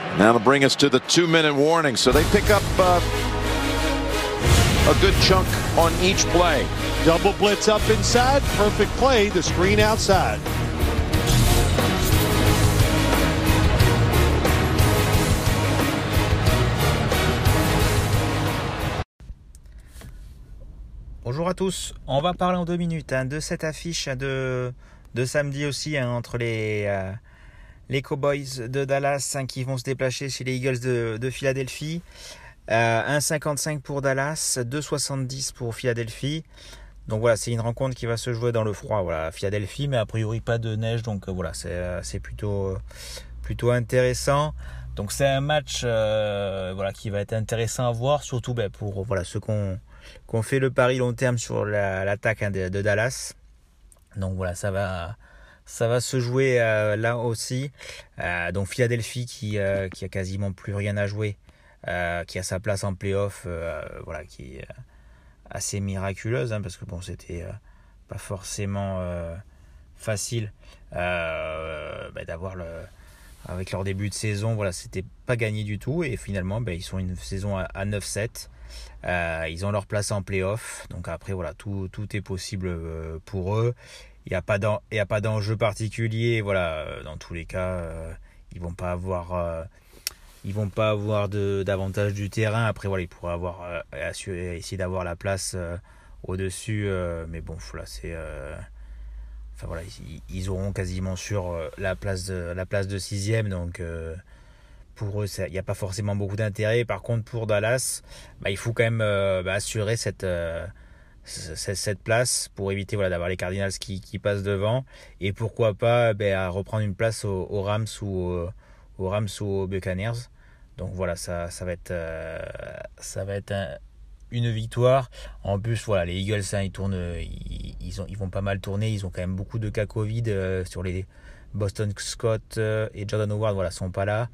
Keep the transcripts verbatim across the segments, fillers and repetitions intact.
Now to bring us to the two-minute warning. So they pick up uh, a good chunk on each play. Double blitz up inside. Perfect play. The screen outside. Bonjour à tous, on va parler en deux minutes hein, de cette affiche de, de samedi aussi hein, entre les, euh, les Cowboys de Dallas hein, qui vont se déplacer chez les Eagles de, de Philadelphie. Euh, un virgule cinquante-cinq pour Dallas, deux virgule soixante-dix pour Philadelphie. Donc voilà, c'est une rencontre qui va se jouer dans le froid, voilà, Philadelphie, mais a priori pas de neige, donc euh, voilà, c'est, euh, c'est plutôt, euh, plutôt intéressant. Donc c'est un match euh, voilà, qui va être intéressant à voir, surtout ben, pour voilà, ceux qu'on qu'on fait le pari long terme sur la, l'attaque hein, de, de Dallas. Donc voilà, ça va, ça va se jouer euh, là aussi. Euh, donc Philadelphie qui, euh, qui a quasiment plus rien à jouer, euh, qui a sa place en play-off, euh, voilà, qui est assez miraculeuse, hein, parce que bon, c'était euh, pas forcément euh, facile euh, bah, d'avoir le, avec leur début de saison, voilà, c'était pas gagné du tout, et finalement, bah, ils sont une saison à, à neuf sept. Euh, ils ont leur place en play-off, donc après voilà, tout, tout est possible euh, pour eux. Il n'y a pas d'en, il y a pas d'enjeu particulier, voilà, euh, dans tous les cas, euh, ils vont pas avoir, euh, ils vont pas avoir de, d'avantage du terrain. Après voilà, ils pourraient avoir euh, assurer, essayer d'avoir la place euh, au-dessus, euh, mais bon, voilà, c'est, euh, enfin voilà, ils, ils auront quasiment sur euh, la place de, la place de sixième, donc. Euh, Pour eux, il n'y a pas forcément beaucoup d'intérêt. Par contre, pour Dallas, bah, il faut quand même euh, bah, assurer cette, euh, cette, cette place pour éviter voilà, d'avoir les Cardinals qui, qui passent devant. Et pourquoi pas bah, reprendre une place aux, aux Rams ou aux, aux Rams ou aux Buccaneers. Donc voilà, ça, ça va être, euh, ça va être un, une victoire. En plus, voilà, les Eagles, hein, ils, tournent, ils, ils, ont, ils vont pas mal tourner. Ils ont quand même beaucoup de cas Covid euh, sur les Boston Scott euh, et Jordan Howard, voilà, sont pas là.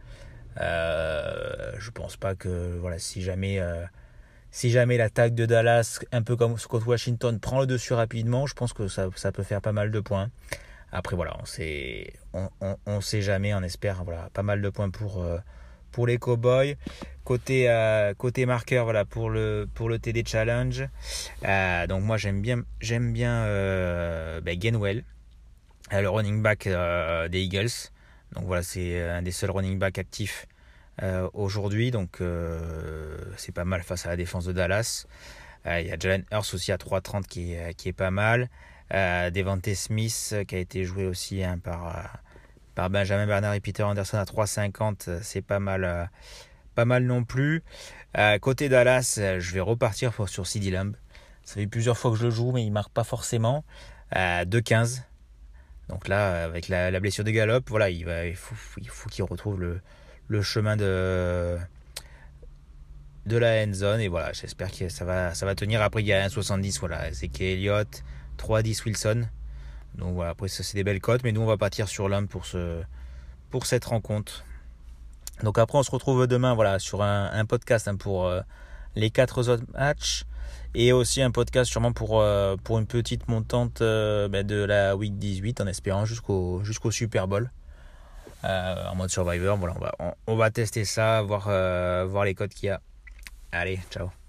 Euh, je pense pas que voilà, si jamais euh, si jamais l'attaque de Dallas, un peu comme contre Washington, prend le dessus rapidement, je pense que ça, ça peut faire pas mal de points. Après voilà, on sait on, on, on sait jamais, on espère voilà, pas mal de points pour euh, pour les Cowboys. Côté euh, côté marqueur, voilà, pour le pour le T D Challenge. Euh, donc moi j'aime bien j'aime bien euh, ben Gainwell, le running back euh, des Eagles. Donc voilà, c'est un des seuls running back actifs euh, aujourd'hui, donc euh, c'est pas mal face à la défense de Dallas. Euh, il y a Jalen Hurts aussi à trois trente qui est, qui est pas mal. Euh, Devontae Smith qui a été joué aussi hein, par, par Benjamin Bernard et Peter Anderson à trois cinquante, c'est pas mal, euh, pas mal non plus. Euh, côté Dallas, je vais repartir pour, sur CeeDee Lamb. Ça fait plusieurs fois que je le joue, mais il marque pas forcément. Euh, deux quinze. Donc là, avec la, la blessure de Gallup, voilà, il, va, il, faut, il faut qu'il retrouve le, le chemin de, de la end zone. Et voilà, j'espère que ça va, ça va tenir. Après, il y a un virgule soixante-dix, voilà, Ezekiel Elliott, trois dix Wilson. Donc voilà, après, ça, c'est des belles cotes. Mais nous, on va partir sur l'homme pour, ce, pour cette rencontre. Donc après, on se retrouve demain voilà, sur un, un podcast hein, pour euh, les quatre autres matchs. Et aussi un podcast sûrement pour, euh, pour une petite montante euh, bah, de la week dix-huit en espérant jusqu'au, jusqu'au Super Bowl euh, en mode Survivor. Voilà, on va, on, on va tester ça, voir, euh, voir les codes qu'il y a. Allez, ciao.